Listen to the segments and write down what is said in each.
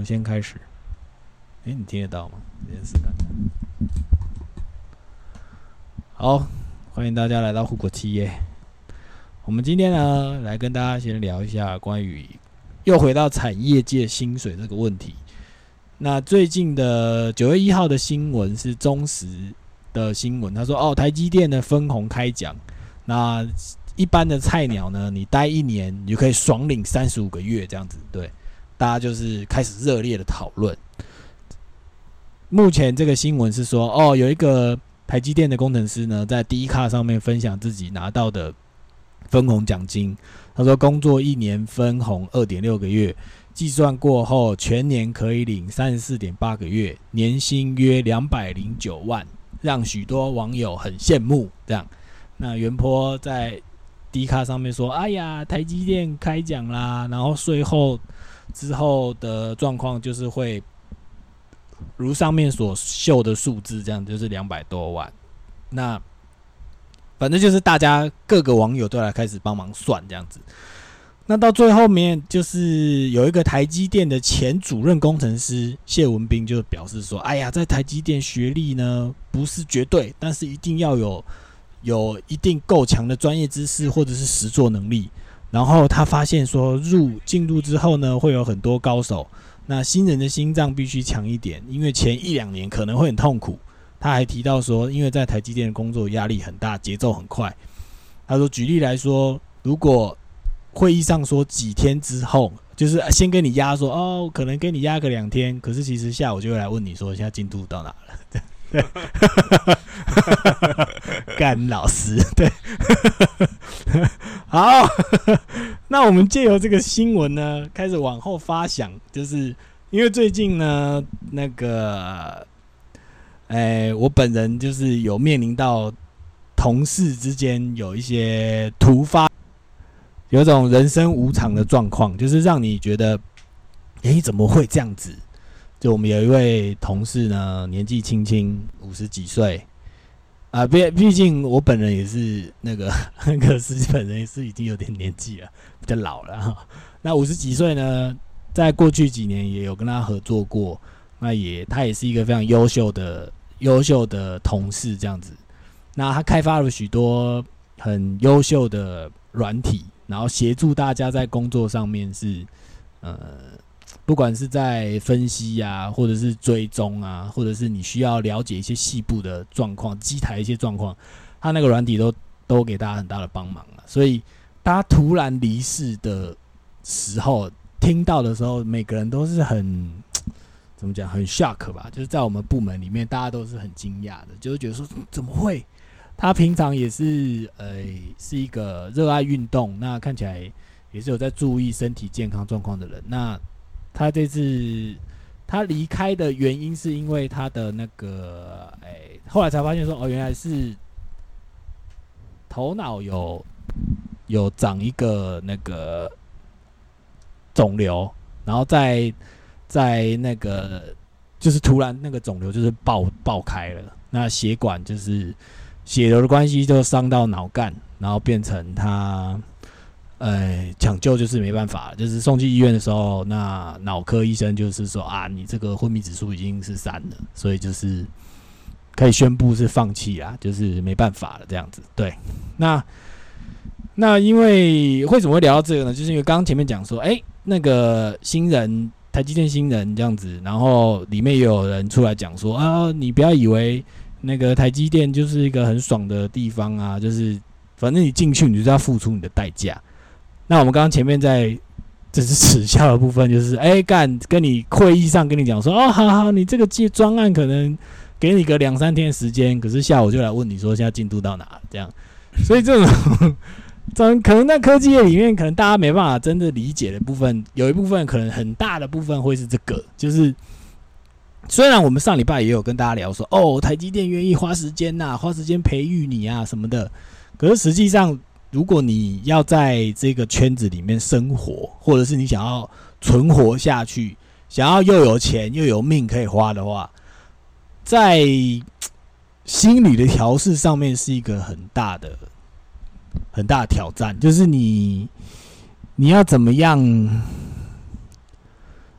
么先开始？你听得到吗？这件事看看。好，欢迎大家来到护国企业。我们今天呢，来跟大家先聊一下关于又回到产业界薪水这个问题。那最近的9月1号的新闻是中时的新闻，他说台积电的分红开奖，那一般的菜鸟呢，你待1年，你就可以爽领35个月这样子。对，大家就是开始热烈的讨论。目前这个新闻是说，有一个台积电的工程师呢，在Dcard上面分享自己拿到的分红奖金。他说，工作1年分红2.6个月，计算过后，全年可以领34.8个月，年薪约209万，让许多网友很羡慕。这样，那元波在Dcard上面说：“哎呀，台积电开奖啦，然后税后之后的状况就是会。”如上面所秀的数字，这样就是200多万。那反正就是大家各个网友都来开始帮忙算这样子。那到最后面，就是有一个台积电的前主任工程师谢文彬就表示说：“哎呀，在台积电学历呢不是绝对，但是一定要有一定够强的专业知识或者是实作能力。然后他发现说，进入之后呢，会有很多高手。”那新人的心脏必须强一点，因为前1-2年可能会很痛苦。他还提到说，因为在台积电的工作压力很大，节奏很快。他说，举例来说，如果会议上说几天之后，就是先跟你压说，可能跟你压个2天，可是其实下午就会来问你说，现在进度到哪了？干老师，对，好，那我们借由这个新闻呢，开始往后发想，就是因为最近呢，那个，我本人就是有面临到同事之间有一些突发，有种人生无常的状况，就是让你觉得，怎么会这样子？就我们有一位同事呢，年纪轻轻，50几岁，毕竟我本人也是那个本人也是已经有点年纪了，比较老了哈。那50几岁呢，在过去几年也有跟他合作过，他也是一个非常优秀的同事这样子。那他开发了许多很优秀的软体，然后协助大家在工作上面是不管是在分析啊，或者是追踪啊，或者是你需要了解一些细部的状况、机台一些状况，他那个软体都给大家很大的帮忙了。所以大家突然离世的时候，听到的时候，每个人都是很怎么讲，很 shock 吧？就是在我们部门里面，大家都是很惊讶的，就是觉得说怎么会？他平常也是是一个热爱运动，那看起来也是有在注意身体健康状况的人。那他这次他离开的原因是因为他的那个后来才发现说原来是头脑有长一个那个肿瘤，然后在那个就是突然那个肿瘤就是爆开了，那血管就是血流的关系就伤到脑干，然后变成他。抢救就是没办法，就是送去医院的时候，那脑科医生就是说你这个昏迷指数已经是3了，所以就是可以宣布是放弃啦，就是没办法了这样子。对，那因为为什么会聊到这个呢？就是因为刚刚前面讲说，那个新人台积电新人这样子，然后里面也有人出来讲说你不要以为那个台积电就是一个很爽的地方啊，就是反正你进去你就是要付出你的代价。那我们刚刚前面在这是耻笑的部分，就是跟你会议上跟你讲说好，你这个专案可能给你个2-3天的时间，可是下午就来问你说现在进度到哪了这样，所以这种可能在科技业里面，可能大家没办法真的理解的部分，有一部分可能很大的部分会是这个，就是虽然我们上礼拜也有跟大家聊说台积电愿意花时间培育你啊什么的，可是实际上。如果你要在这个圈子里面生活，或者是你想要存活下去，想要又有钱又有命可以花的话，在心理的调试上面是一个很大的挑战，就是你要怎么样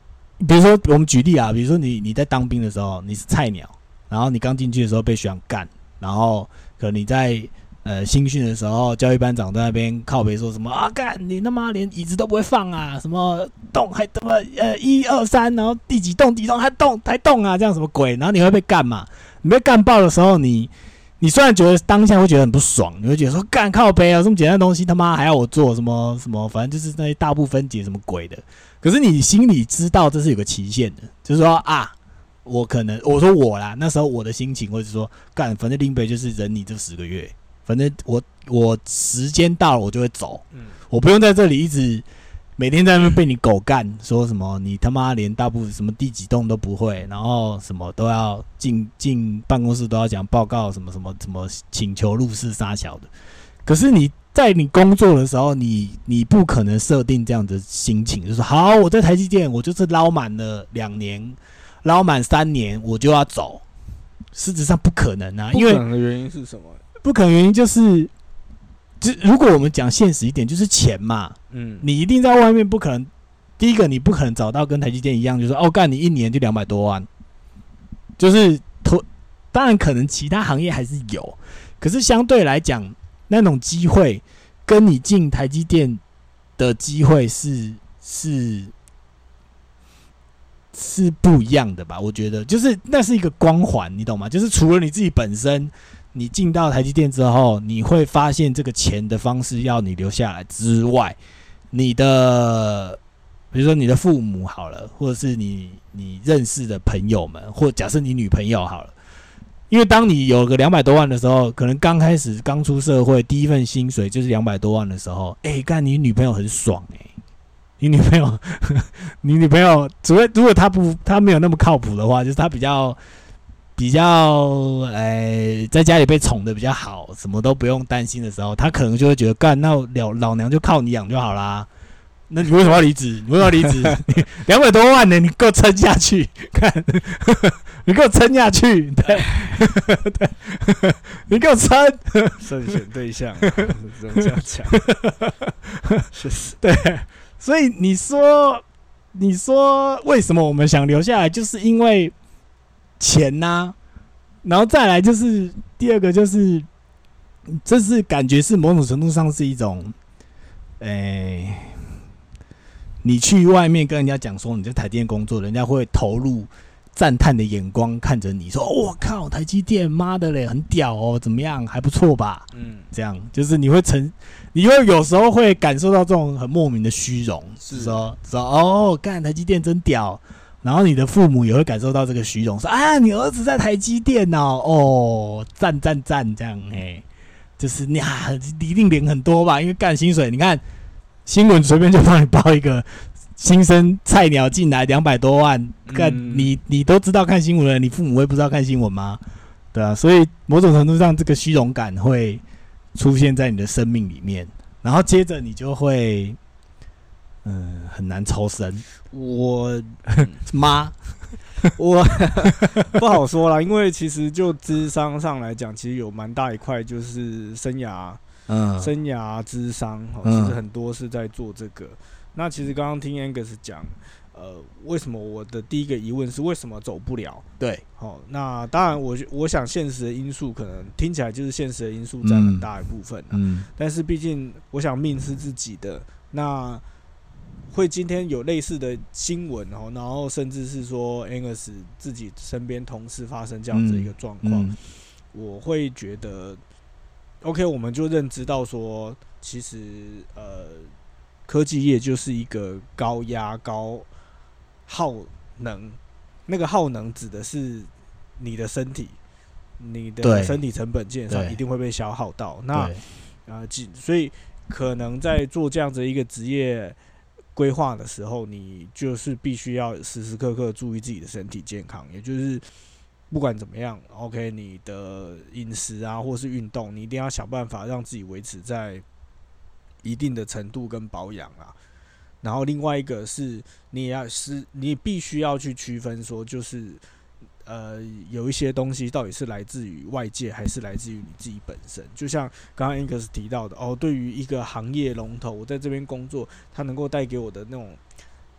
比如说我们举例啊，比如说你在当兵的时候，你是菜鸟，然后你刚进去的时候被学长干，然后可能你在新训的时候，教育班长在那边靠北说什么啊，干你他妈连椅子都不会放啊，什么动还他妈1、2、3，然后第几栋还动啊，这样什么鬼？然后你会被干嘛？你被干爆的时候，你虽然觉得当下会觉得很不爽，你会觉得说干靠北啊，这么简单的东西他妈还要我做什么，反正就是那些大部分解什么鬼的。可是你心里知道这是有个期限的，就是说啊，我说我啦，那时候我的心情会是说干，反正林北就是忍你这10个月。反正我时间到了我就会走，我不用在这里一直每天在那边被你狗干，说什么你他妈连大部分什么第几栋都不会，然后什么都要进办公室都要讲报告，什么请求入室杀小的。可是你在你工作的时候，你不可能设定这样的心情，就是好，我在台积电我就是捞满了2年，捞满3年我就要走，实质上不可能啊，因为不可能的原因是什么？ 不可能原因就是，如果我们讲现实一点，就是钱嘛。你一定在外面不可能。第一个，你不可能找到跟台积电一样，就是哦，干你1年就200多万。就是当然可能其他行业还是有，可是相对来讲，那种机会跟你进台积电的机会是不一样的吧？我觉得，就是那是一个光环，你懂吗？就是除了你自己本身。你进到台积电之后，你会发现这个钱的方式要你留下来之外，你的比如说你的父母好了，或者是你认识的朋友们，或假设你女朋友好了，因为当你有个200多万的时候，可能刚开始刚出社会，第一份薪水就是200多万的时候，干你女朋友很爽你女朋友，如果她没有那么靠谱的话，就是她比较在家里被宠的比较好，什么都不用担心的时候，他可能就会觉得干，那老娘就靠你养就好啦。那你为什么要离职？你200多万呢？你给我撑下去，看，你给我撑下去，对，你给我撑。 慎选对象，只能这样讲。确实， 对，所以你说为什么我们想留下来，就是因为。钱然后再来就是第二个就是，这是感觉是某种程度上是一种，你去外面跟人家讲说你在台积电工作，人家会投入赞叹的眼光看着你说：“我靠，台积电，妈的嘞，很屌哦，怎么样，还不错吧？”这样就是你会有时候会感受到这种很莫名的虚荣，是说哦，干台积电真屌。然后你的父母也会感受到这个虚荣，说啊，你儿子在台积电哦，赞这样就是你一定领很多吧？因为干薪水，你看新闻随便就帮你报一个新生菜鸟进来200多万，干你都知道看新闻了，你父母会不知道看新闻吗？对啊，所以某种程度上，这个虚荣感会出现在你的生命里面，然后接着你就会。很难抽身。我不好说啦，因为其实就諮商上来讲，其实有蛮大一块就是生涯諮商，其实很多是在做这个。那其实刚刚听 Angus 讲，为什么我的第一个疑问是为什么走不了？ 对， 那当然我想现实的因素可能听起来就是现实的因素占很大一部分但是毕竟我想命是自己的，那。会今天有类似的新闻然后甚至是说 Angus 自己身边同事发生这样子一个状况，我会觉得 OK， 我们就认知到说，其实科技业就是一个高压高耗能，那个耗能指的是你的身体，你的身体成本基本上一定会被消耗到。那所以可能在做这样子一个职业。规划的时候，你就是必须要时时刻刻注意自己的身体健康，也就是不管怎么样 ，OK， 你的饮食啊，或是运动，你一定要想办法让自己维持在一定的程度跟保养啊。然后另外一个是，你必须要去区分说，就是有一些东西到底是来自于外界还是来自于你自己本身。就像刚刚 Angus 提到的，对于一个行业龙头，我在这边工作，它能够带给我的那种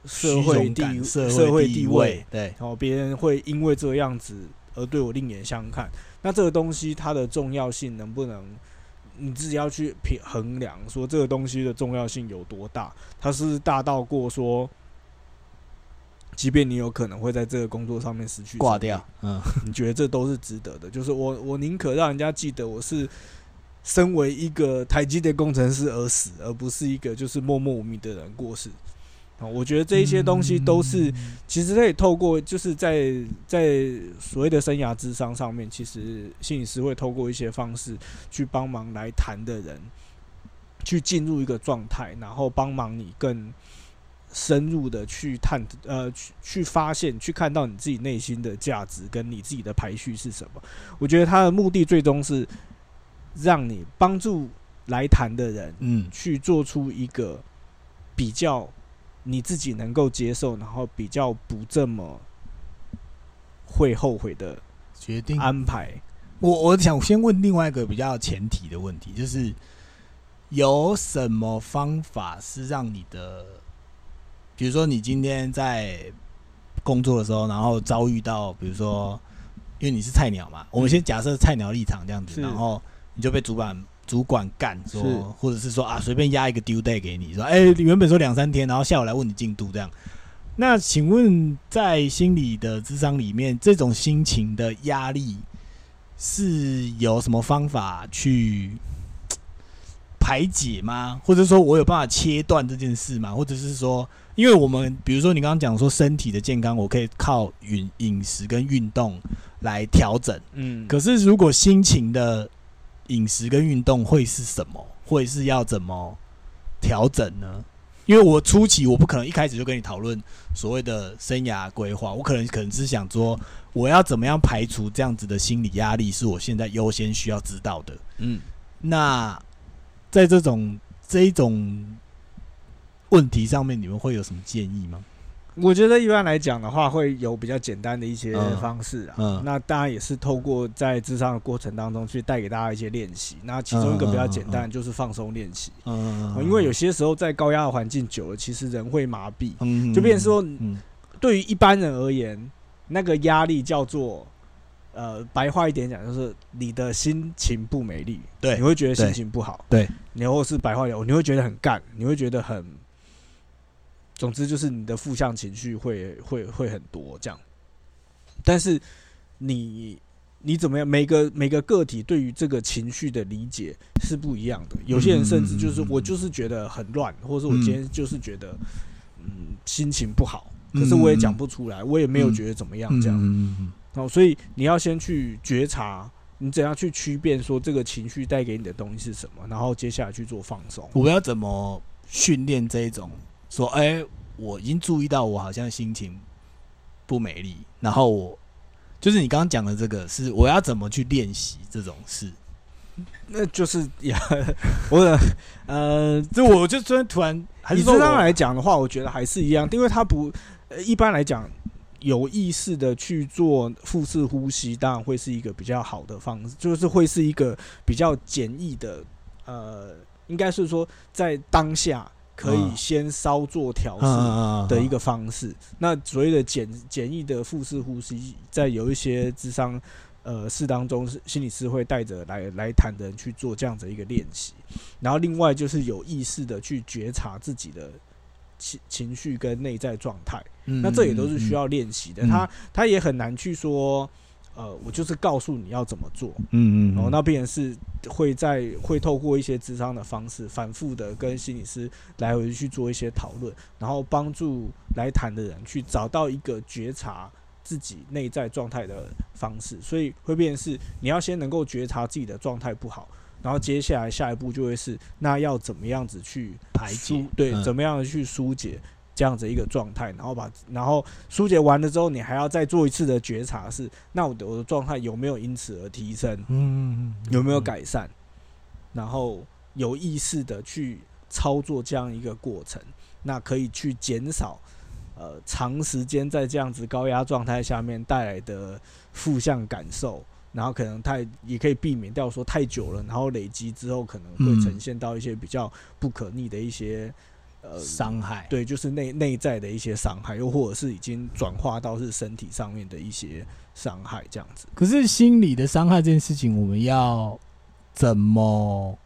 社会地位， 对， 然后别人会因为这个样子而对我另眼相看。那这个东西它的重要性能不能你自己要去衡量，说这个东西的重要性有多大？它是大到过说，即便你有可能会在这个工作上面失去挂掉， 你觉得这都是值得的？就是我宁可让人家记得我是身为一个台积电工程师而死，而不是一个就是默默无名的人过世。我觉得这一些东西都是，其实可以透过就是在所谓的生涯諮商上面，其实心理师会透过一些方式去帮忙来谈的人，去进入一个状态，然后帮忙你更深入的去去发现，去看到你自己内心的价值跟你自己的排序是什么。我觉得他的目的最终是让你帮助来谈的人，去做出一个比较你自己能够接受，然后比较不这么会后悔的决定安排。 我想先问另外一个比较前提的问题，就是有什么方法是让你的，比如说你今天在工作的时候，然后遭遇到，比如说，因为你是菜鸟嘛，我们先假设菜鸟立场这样子，然后你就被主管干说，或者是说啊，随便压一个 due day 给你，说，你原本说2-3天，然后下午来问你进度这样。那请问，在心理的諮商里面，这种心情的压力是有什么方法去排解吗？或者说我有办法切断这件事吗？或者是说，因为我们比如说你刚刚讲说身体的健康，我可以靠饮食跟运动来调整，可是如果心情的饮食跟运动会是什么？会是要怎么调整呢？因为我初期我不可能一开始就跟你讨论所谓的生涯规划，我可能是想说，我要怎么样排除这样子的心理压力，是我现在优先需要知道的。那在这一种问题上面，你们会有什么建议吗？ 我觉得一般来讲的话，会有比较简单的一些方式啊。那当然也是透过在諮商的过程当中去带给大家一些练习。那其中一个比较简单就是放松练习。因为有些时候在高压的环境久了，其实人会麻痹，就变成说，对于一般人而言，那个压力叫做白话一点讲，就是你的心情不美丽， 对， 你会觉得心情不好， 对， 然后是白话点，你会觉得很干，你会觉得很。总之就是你的负向情绪会很多这样，但是你怎么样？每个个体对于这个情绪的理解是不一样的。有些人甚至就是我就是觉得很乱，或者是我今天就是觉得心情不好，可是我也讲不出来，我也没有觉得怎么样这样。所以你要先去觉察，你怎样去区辨说这个情绪带给你的东西是什么，然后接下来去做放松。 我要怎么训练这一种？说，我已经注意到我好像心情不美丽，然后我就是你刚刚讲的这个，是我要怎么去练习这种事？ 那就是这我就突然， 以諮商来讲的话，我觉得还是一样，因为它不一般来讲有意识的去做腹式呼吸，当然会是一个比较好的方式，就是会是一个比较简易的，应该是说在当下。可以先稍作调试的一个方式。那所谓的简易的腹式呼吸，在有一些諮商室当中，心理师会带着来谈的人去做这样子一个练习。然后另外就是有意识的去觉察自己的情绪跟内在状态。那这也都是需要练习的。他也很难去说。我就是告诉你要怎么做，那变成是会透过一些諮商的方式，反复的跟心理师来回去做一些讨论，然后帮助来谈的人去找到一个觉察自己内在状态的方式，所以会变成是你要先能够觉察自己的状态不好，然后接下来下一步就会是那要怎么样子去排解， 对，怎么样去疏解。这样子一个状态，然后疏解完了之后，你还要再做一次的觉察，是那我的状态有没有因此而提升？有没有改善？然后有意识的去操作这样一个过程，那可以去减少长时间在这样子高压状态下面带来的负向感受，然后可能也可以避免掉说太久了，然后累积之后可能会呈现到一些比较不可逆的一些伤害， 对，就是内在的一些伤害，又或者是已经转化到是身体上面的一些伤害，这样子。 可是心理的伤害这件事情，我们要怎么？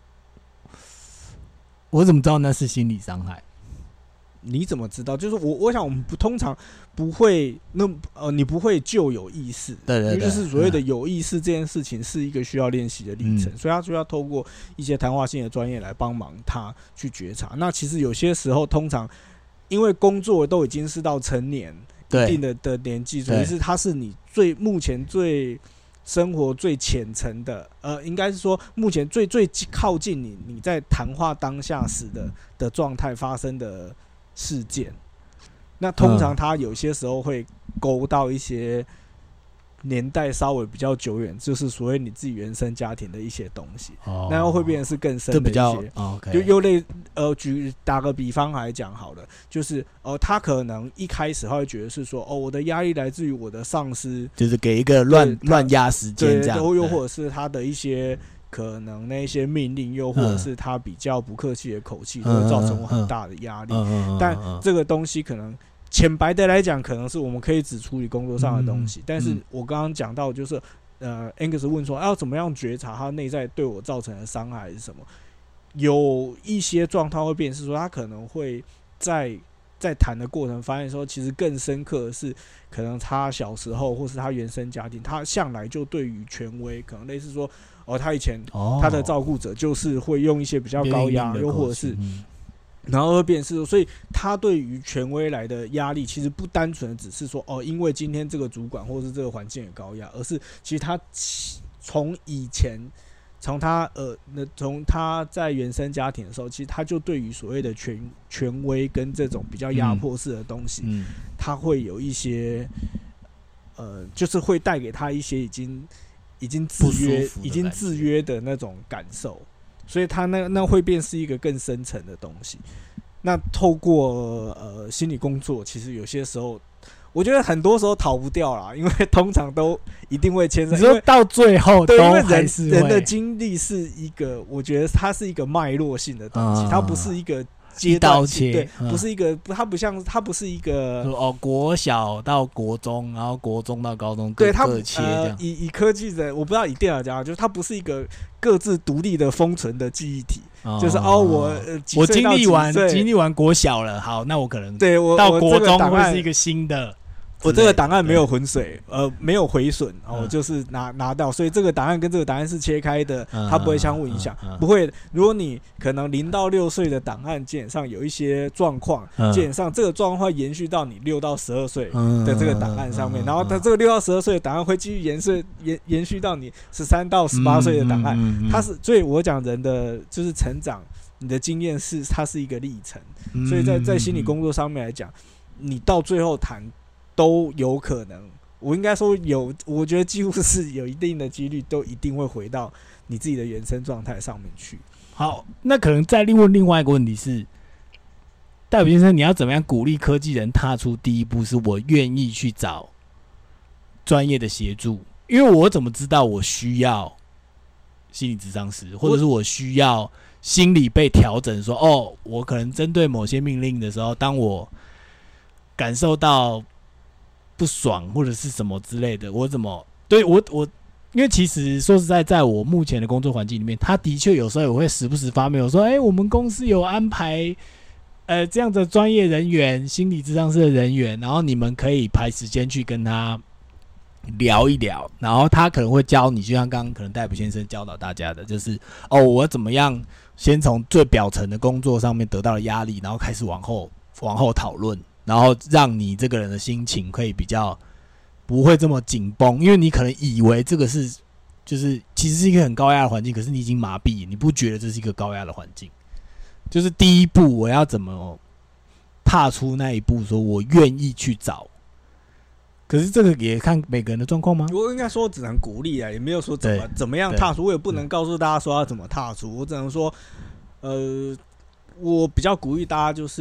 我怎么知道那是心理伤害？ 你怎么知道？就是我想我们通常不会你不会就有意识， 对，因为就是所谓的有意识这件事情是一个需要练习的历程，所以他就要透过一些谈话性的专业来帮忙他去觉察。那其实有些时候，通常因为工作都已经是到成年一定的年纪，所以是他是你目前最生活最浅层的，应该是说目前最靠近你在谈话当下时的状态发生的事件。那通常他有些时候会勾到一些年代稍微比较久远，就是所谓你自己原生家庭的一些东西，那又会变成是更深的一些，就又打个比方来讲好了，就是他可能一开始他会觉得是说，我的压力来自于我的上司， 就是给一个乱压时间这样， 又或者是他的一些可能那些命令，又或者是他比较不客气的口气，都会造成我很大的压力。但这个东西可能浅白的来讲，可能是我们可以只处理工作上的东西，但是我刚刚讲到就是Angus 问说，要怎么样觉察他内在对我造成的伤害是什么？有一些状态会变成是说，他可能会在谈的过程发现说，其实更深刻的是，可能他小时候或是他原生家庭，他向来就对于权威，可能类似说，他以前他的照顾者就是会用一些比较高压，又或者是。然后会变成是，所以他对于权威来的压力，其实不单纯的只是说因为今天这个主管或是这个环境很高压，而是其实他从以前，从他在原生家庭的时候，其实他就对于所谓的权威跟这种比较压迫式的东西，他会有一些就是会带给他一些已经制约的那种感受。所以他那会变是一个更深层的东西。那透过心理工作，其实有些时候，我觉得很多时候逃不掉啦，因为通常都一定会牵涉。 你说到最后都还是会， 因为人的经历是一个，我觉得它是一个脉络性的东西，它不是一个阶段性，对，不是一个，它不是一个国小到国中，然后国中到高中， 对，它各切这样。 以科技的，我不知道以电脑讲，就是它不是一个各自独立的封存的记忆体，就是我经历完国小了，好，那我可能对我到国中会是一个新的。 我这个档案没有浑水，没有毁损，就是拿到，所以这个档案跟这个档案是切开的，它不会相互影响，不会。如果你可能0到6岁的档案，基本上有一些状况，基本上这个状况会延续到你6到12岁的这个档案上面，然后它这个6到12岁的档案会继续延续到你13到18岁的档案，它是，所以我讲人的就是成长，你的经验它是一个历程，所以在心理工作上面来讲，你到最后谈。都有可能，我应该说我觉得几乎是有一定的几率，都一定会回到你自己的原生状态上面去。 好，那可能再问另外一个问题是，戴普先生，你要怎么样鼓励科技人踏出第一步？是我愿意去找专业的协助，因为我怎么知道我需要心理咨商师，或者是我需要心理被调整说，我可能针对某些命令的时候，当我感受到不爽或者是什么之类的，我怎么对我？因为其实说实在，在我目前的工作环境里面，他的确有时候也会时不时发mail说，我们公司有安排这样的专业人员，心理咨商师的人员，然后你们可以排时间去跟他聊一聊，然后他可能会教你，就像刚刚可能戴普先生教导大家的，就是我怎么样先从最表层的工作上面得到了压力，然后开始往后讨论。然后让你这个人的心情可以比较不会这么紧绷，因为你可能以为这个是就是其实是一个很高压的环境，可是你已经麻痹，你不觉得这是一个高压的环境。就是第一步，我要怎么踏出那一步，说我愿意去找。可是这个也看每个人的状况吗？ 我应该说只能鼓励啊，也没有说怎么样踏出，我也不能告诉大家说要怎么踏出，我只能说，我比较鼓励大家就是。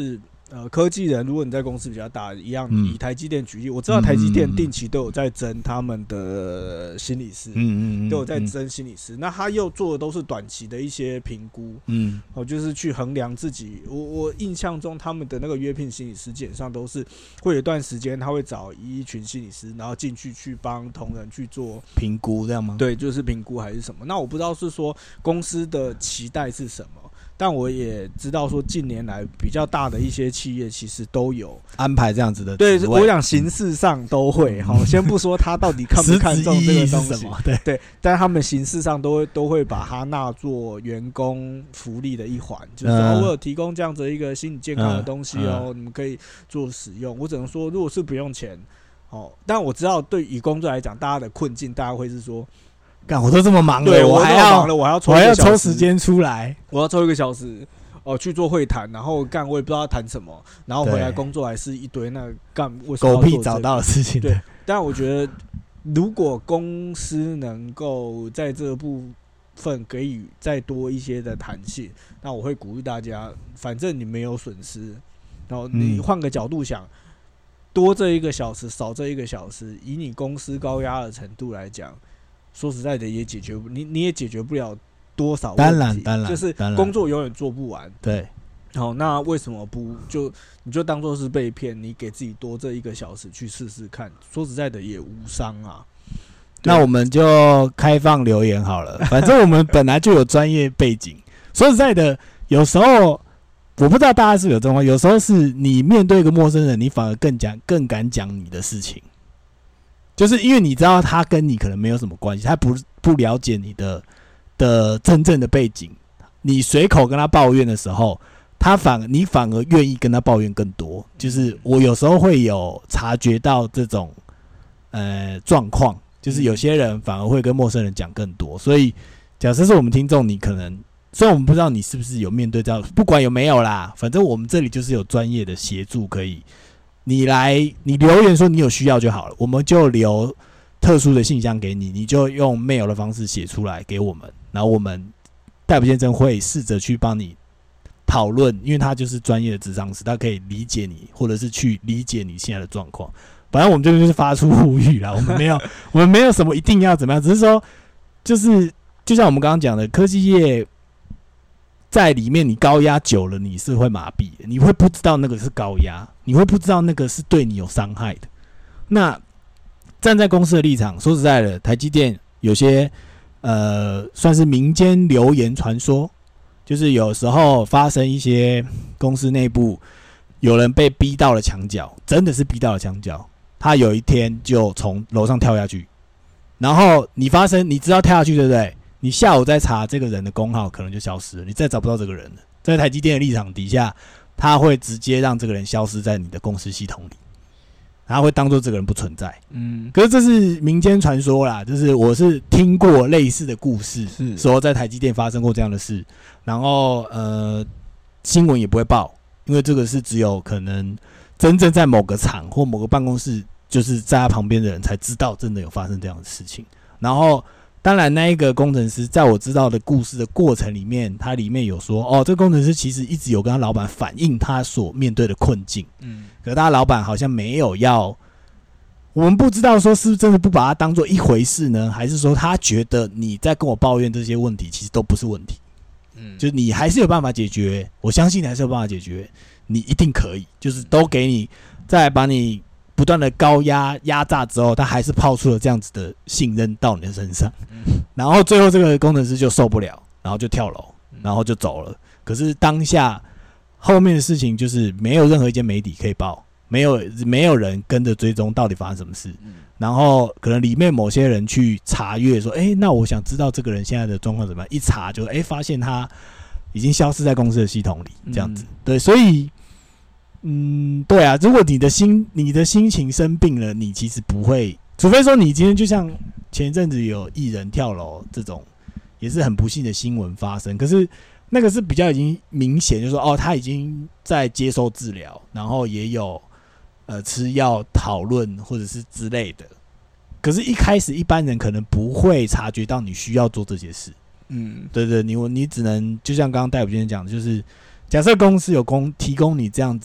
科技人，如果你在公司比较大，一样以台积电举例，我知道台积电定期都有在争他们的心理师，都有在争心理师。那他又做的都是短期的一些评估，就是去衡量自己。我印象中他们的那个约聘心理师基本上都是会有一段时间，他会找一群心理师，然后进去帮同仁去做评估，这样吗？ 对，就是评估还是什么？那我不知道是说公司的期待是什么。但我也知道说，近年来比较大的一些企业其实都有安排这样子的。 对，我想形式上都会。好，先不说他到底看不看重这个东西，对，但他们形式上都会把它纳作员工福利的一环，就是说我有提供这样子一个心理健康的东西哦，你们可以做使用。我只能说，如果是不用钱，但我知道对以工作来讲，大家的困境，大家会是说。 干，我都这么忙了， 对我还要抽时间出来， 我要抽1个小时去做会谈，然后干我也不知道谈什么，然后回来工作还是一堆那干为什么狗屁找到的事情。 对，但我觉得如果公司能够在这部分给予再多一些的弹性，那我会鼓励大家，反正你没有损失，然后你换个角度想。多这1个小时，少这1个小时，以你公司高压的程度来讲。说实在的，也解决你也解决不了多少问题。 当然， 就是工作永远做不完。 对， 好，那为什么不你就当做是被骗？你给自己多这1个小时去试试看。说实在的，也无伤啊。 那我们就开放留言好了，反正我们本来就有专业背景。说实在的，有时候我不知道大家是不是有这种话，有时候是你面对一个陌生人，你反而更敢讲你的事情。就是因为你知道他跟你可能没有什么关系，他不了解你的真正的背景，你随口跟他抱怨的时候，你反而愿意跟他抱怨更多。就是我有时候会有察觉到这种状况，就是有些人反而会跟陌生人讲更多。所以假设是我们听众，你可能虽然我们不知道你是不是有面对到，不管有没有啦，反正我们这里就是有专业的协助可以。你留言说你有需要就好了，我们就留特殊的信箱给你，你就用 mail 的方式写出来给我们，然后我们戴普先生会试着去帮你讨论，因为他就是专业的諮商师，他可以理解你，或者是去理解你现在的状况。反正我们这边就是发出呼吁啦，我们没有什么一定要怎么样，只是说就像我们刚刚讲的，科技业。在里面你高压久了，你是会麻痹的，你会不知道那个是高压，你会不知道那个是对你有伤害的。那站在公司的立场，说实在的，台积电有些算是民间流言传说，就是有时候发生一些公司内部有人被逼到了墙角，真的是逼到了墙角，他有一天就从楼上跳下去，然后你知道跳下去对不对？你下午再查这个人的工号，可能就消失了，你再找不到这个人了。在台积电的立场底下，他会直接让这个人消失在你的公司系统里，他会当作这个人不存在。可是这是民间传说啦，就是我是听过类似的故事，说在台积电发生过这样的事，然后新闻也不会报，因为这个是只有可能真正在某个厂或某个办公室，就是在他旁边的人才知道真的有发生这样的事情。然后当然，那一个工程师在我知道的故事的过程里面，他里面有说，这个工程师其实一直有跟他老板反映他所面对的困境，可是他老板好像没有要，我们不知道说是不是真的不把它当做一回事呢，还是说他觉得你在跟我抱怨这些问题，其实都不是问题，就是你还是有办法解决，我相信你还是有办法解决，你一定可以，就是都给你，再把你。不断的高压榨之后，他还是抛出了这样子的信任到你的身上，然后最后这个工程师就受不了，然后就跳楼，然后就走了。可是当下后面的事情就是没有任何一间媒体可以报，没有人跟着追踪到底发生什么事，然后可能里面某些人去查阅说，那我想知道这个人现在的状况怎么样，一查就发现他已经消失在公司的系统里，这样子，对，所以。对啊，如果你的心情生病了，你其实不会，除非说你今天就像前一阵子有艺人跳楼这种，也是很不幸的新闻发生。可是那个是比较已经明显，就是说他已经在接受治疗，然后也有吃药讨论或者是之类的。可是，一开始一般人可能不会察觉到你需要做这些事。对，你只能就像刚刚戴普先生讲的，就是假设公司有提供你这样子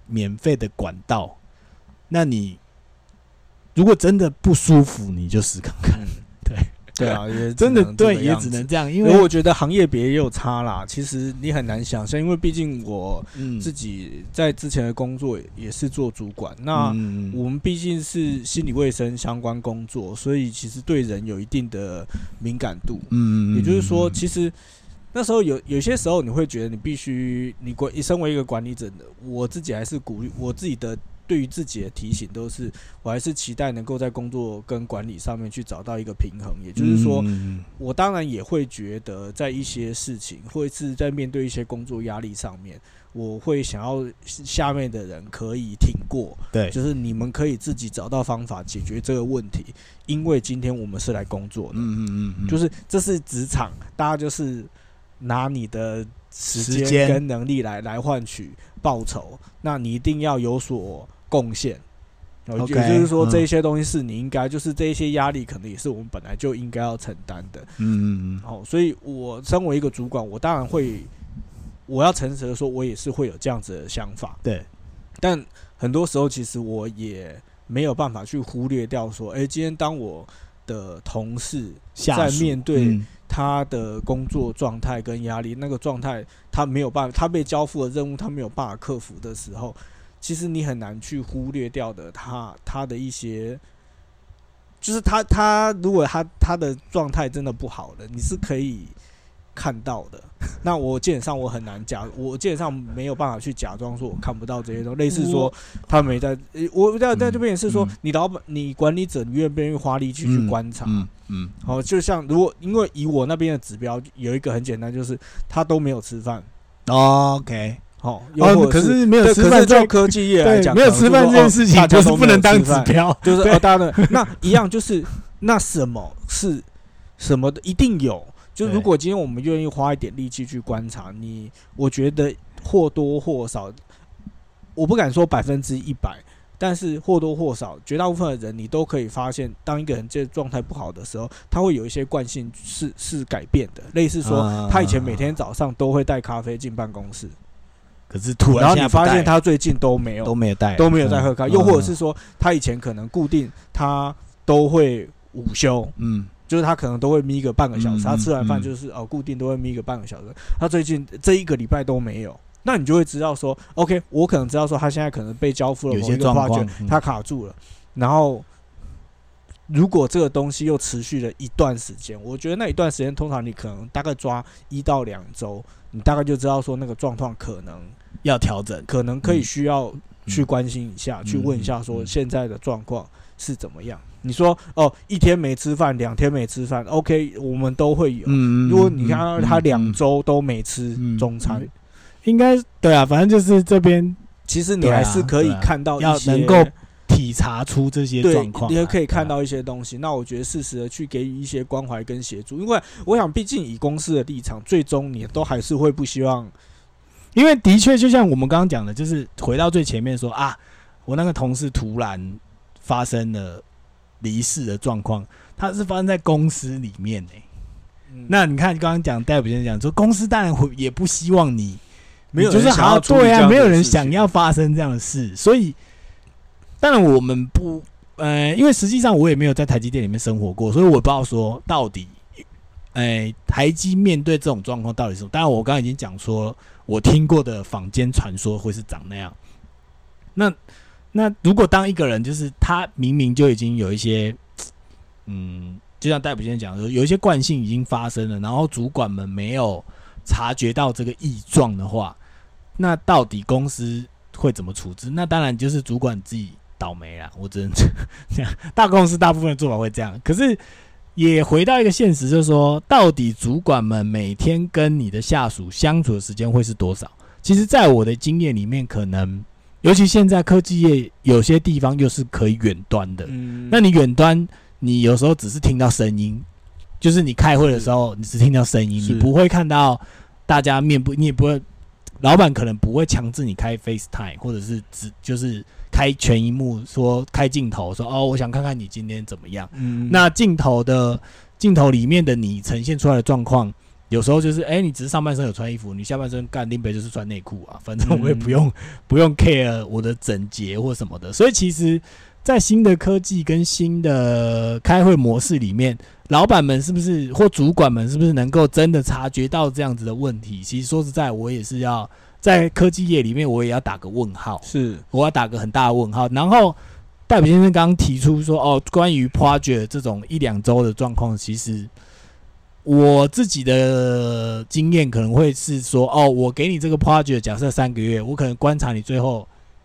免费的管道，那你如果真的不舒服，你就试看看。 对啊，也真的对，也只能这样。因为我觉得行业别也有差啦，其实你很难想象，因为毕竟我自己在之前的工作也是做主管，那我们毕竟是心理卫生相关工作，所以其实对人有一定的敏感度。也就是说，其实那时候有些时候你会觉得你必须，你身为一个管理者的，我自己还是鼓励我自己的。对于自己的提醒都是，我还是期待能够在工作跟管理上面去找到一个平衡。也就是说，我当然也会觉得在一些事情，或者是在面对一些工作压力上面，我会想要下面的人可以挺过， 对， 就是你们可以自己找到方法解决这个问题，因为今天我们是来工作的，就是这是职场，大家就是拿你的时间跟能力来换取报酬，那你一定要有所贡献，也就是说，这一些东西是你应该，就是这一些压力，可能也是我们本来就应该要承担的。所以我身为一个主管，我当然会，我要诚实的说，我也是会有这样子的想法。 对， 但很多时候，其实我也没有办法去忽略掉说，今天当我的同事在面对他的工作状态跟压力，那个状态他没有办法，他被交付的任务他没有办法克服的时候。其实你很难去忽略掉的他的一些，就是他如果他的状态真的不好了，你是可以看到的。那我基本上我很难我基本上没有办法去假装说我看不到这些东西，类似说他没在，我在这边也是说，你老板你管理者你愿不愿意花力气去观察？就像如果因为以我那边的指标有一个很简单，就是他都没有吃饭。 OK。 可是没有吃饭， 可是就科技业来讲， 没有吃饭这件事情就是不能当指标， 就是当然那一样就是那什么是什么的一定有，就如果今天我们愿意花一点力气去观察你，我觉得或多或少，我不敢说100%，但是或多或少，绝大部分的人你都可以发现，当一个人这状态不好的时候，他会有一些惯性是改变的，类似说他以前每天早上都会带咖啡进办公室。 可是突然， 然后你发现他最近都没有在喝咖啡，又或者是说他以前可能固定他都会午休，就是他可能都会眯个半个小时，他吃完饭就是固定都会眯个半个小时，他最近这一个礼拜都没有，那你就会知道说 ，OK， 我可能知道说他现在可能被交付了某一个画卷，他卡住了，然后如果这个东西又持续了一段时间，我觉得那一段时间通常你可能大概抓1到2周，你大概就知道说那个状况可能要调整， 可能可以需要去关心一下，去问一下说现在的状况是怎么样。你说1天没吃饭，2天没吃饭 ，OK， 我们都会有。如果你看到他2周都没吃中餐， 应该对啊，反正就是这边， 其实你还是可以看到一些要能够体察出这些状况， 你也可以看到一些东西。那我觉得适时的去给予一些关怀跟协助，因为我想，毕竟以公司的立场，最终你都还是会不希望。 因为的确，就像我们刚刚讲的，就是回到最前面说啊，我那个同事突然发生了离世的状况，它是发生在公司里面那你看刚刚讲戴普先生讲说，公司当然也不希望你没有人想要对啊，没有人想要发生这样的事，所以当然我们不因为实际上我也没有在台积电里面生活过，所以我不知道说到底台积面对这种状况到底是什么。当然我刚刚已经讲说我听过的坊间传说会是长那样。那如果当一个人就是他明明就已经有一些就像戴普先生讲的，有一些惯性已经发生了，然后主管们没有察觉到这个异状的话，那到底公司会怎么处置？那当然就是主管自己倒霉啦，我只能这样。大公司大部分的做法会这样，可是也回到一个现实，就是说，到底主管们每天跟你的下属相处的时间会是多少？其实，在我的经验里面，可能尤其现在科技业有些地方又是可以远端的。那你远端，你有时候只是听到声音，就是你开会的时候，你只听到声音，你不会看到大家面部，你也不会，老板可能不会强制你开 FaceTime， 或者是就是开全萤幕说开镜头说我想看看你今天怎么样。那镜头里面的你呈现出来的状况， 有时候就是你只是上半身有穿衣服，你下半身干林北就是穿内裤啊，反正我也不用 care 我的整洁或什么的。所以其实，在新的科技跟新的开会模式里面，老板们是不是或主管们是不是能够真的察觉到这样子的问题？其实说实在，我也是要在科技业里面，我也要打个问号，我要打个很大的问号。然后戴普先生刚刚提出说，关于 project 这种1-2周的状况，其实我自己的经验可能会是说，我给你这个 project， 假设3个月，我可能观察你最后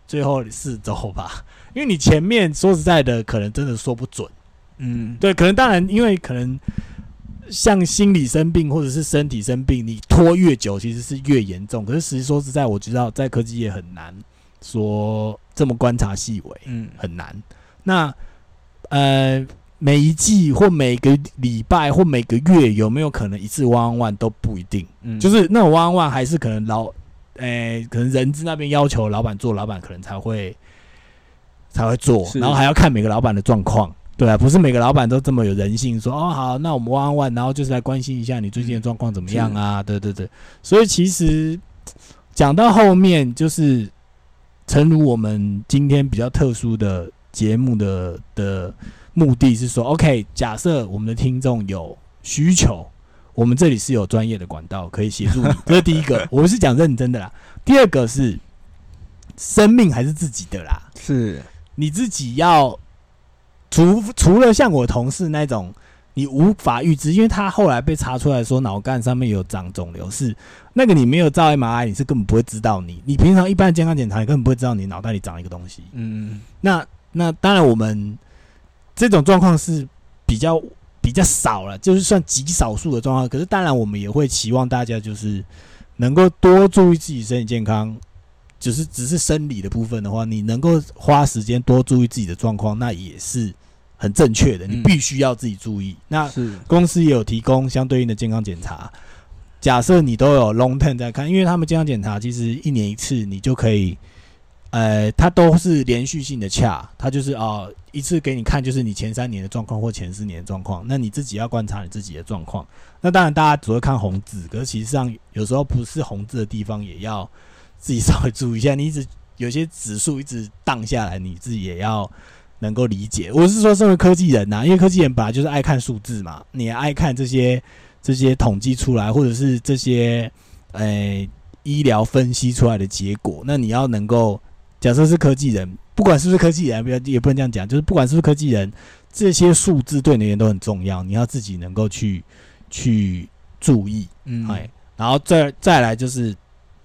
4周吧，因为你前面说实在的，可能真的说不准。对，可能当然，因为可能像心理生病或者是身体生病，你拖越久其实是越严重。可是实际说实在，我知道在科技业很难说这么观察细微，很难。那每一季或每个礼拜或每个月有没有可能一次1-on-1都不一定，就是那种1-on-1还是可能可能人资那边要求老板做，老板可能才会做，然后还要看每个老板的状况，对啊，不是每个老板都这么有人性，说好，那我们1-on-1，然后就是来关心一下你最近的状况怎么样啊，对，所以其实讲到后面，就是诚如我们今天比较特殊的节目的目的是说 ，OK， 假设我们的听众有需求，我们这里是有专业的管道可以协助你，这是第一个，我是讲认真的啦。第二个是生命还是自己的啦， 是你自己要除了像我同事那种你无法预知，因为他后来被查出来说脑干上面有长肿瘤，是那个你没有照 MRI， 你是根本不会知道你平常一般的健康检查，你根本不会知道你脑袋里长一个东西。那当然我们这种状况是比较少了，就是算极少数的状况。可是当然我们也会期望大家就是能够多注意自己身体健康，只是生理的部分的话，你能够花时间多注意自己的状况，那也是很正确的，你必须要自己注意。那公司也有提供相对应的健康检查，假设你都有 long term 在看，因为他们健康检查其实1年1次，你就可以，它都是连续性的洽，它就是一次给你看，就是你前3年的状况或前4年的状况，那你自己要观察你自己的状况。那当然大家只会看红字，可是其实上有时候不是红字的地方也要自己稍微注意一下，你一直有些指数一直荡下来，你自己也要能够理解。我是说身为科技人因为科技人本来就是爱看数字嘛，你也爱看这些统计出来，或者是这些医疗分析出来的结果，那你要能够假设是科技人，不管是不是科技人，也不能这样讲，就是不管是不是科技人，这些数字对你而言都很重要，你要自己能够去注意，然后再来就是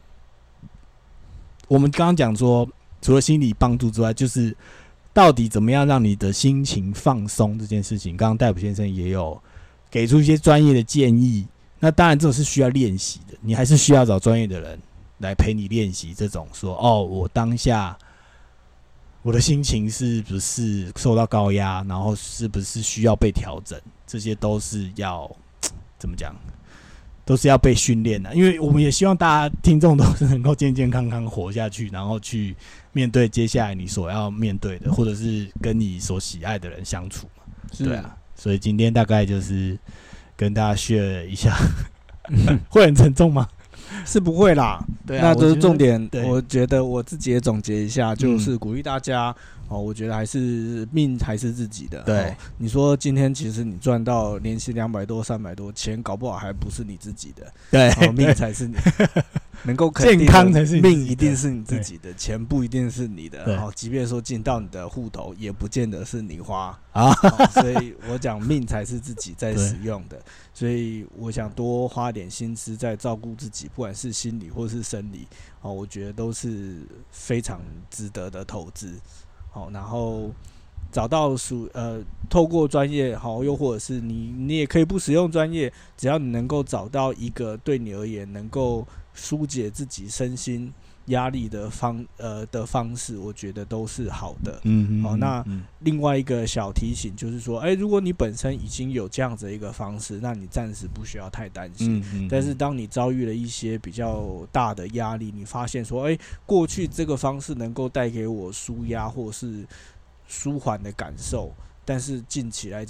我们刚刚讲说，除了心理帮助之外，就是到底怎么样让你的心情放松这件事情，刚刚戴普先生也有给出一些专业的建议。那当然这种是需要练习的，你还是需要找专业的人来陪你练习这种说我当下我的心情是不是受到高压，然后是不是需要被调整，这些都是要怎么讲，都是要被训练的。因为我们也希望大家听众都是能够健健康康活下去，然后去面对接下来你所要面对的，或者是跟你所喜爱的人相处嘛。对啊，所以今天大概就是跟大家 share 一下会很沉重吗？ 是不会啦， 对啊， 那这是重点。我觉得我自己也总结一下，就是鼓励大家我觉得还是命还是自己的。 对， 你说今天其实你赚到年薪200多、300多，钱搞不好还不是你自己的。 对， 命才是你能够肯定的， 健康才是你自己的， 命一定是你自己的，钱不一定是你的。即便说进到你的户头，也不见得是你花所以我讲命才是自己在使用的。所以我想多花点心思在照顾自己，不管是心理或是生理，我觉得都是非常值得的投资。然后找到透过专业又或者是你也可以不使用专业，只要你能够找到一个对你而言能够疏解自己身心压力的方式，我觉得都是好的。那另外一个小提醒就是说，如果你本身已经有这样子的一个方式，那你暂时不需要太担心。但是当你遭遇了一些比较大的压力，你发现说，过去这个方式能够带给我抒压或是舒缓的感受，但是近期来讲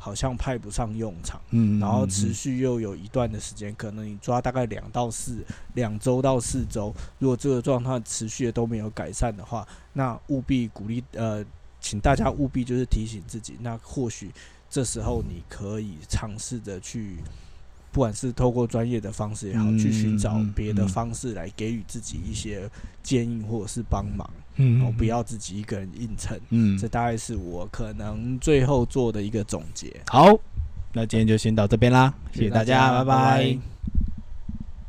好像派不上用场，然后持续又有一段的时间，可能你抓大概2周到4周，如果这个状态持续的都没有改善的话，那务必鼓励请大家务必就是提醒自己，那或许这时候你可以尝试着去，不管是透过专业的方式也好，去寻找别的方式来给予自己一些建议或者是帮忙，不要自己一个人硬撑。这大概是我可能最后做的一个总结。 好，那今天就先到这边啦，谢谢大家，拜拜。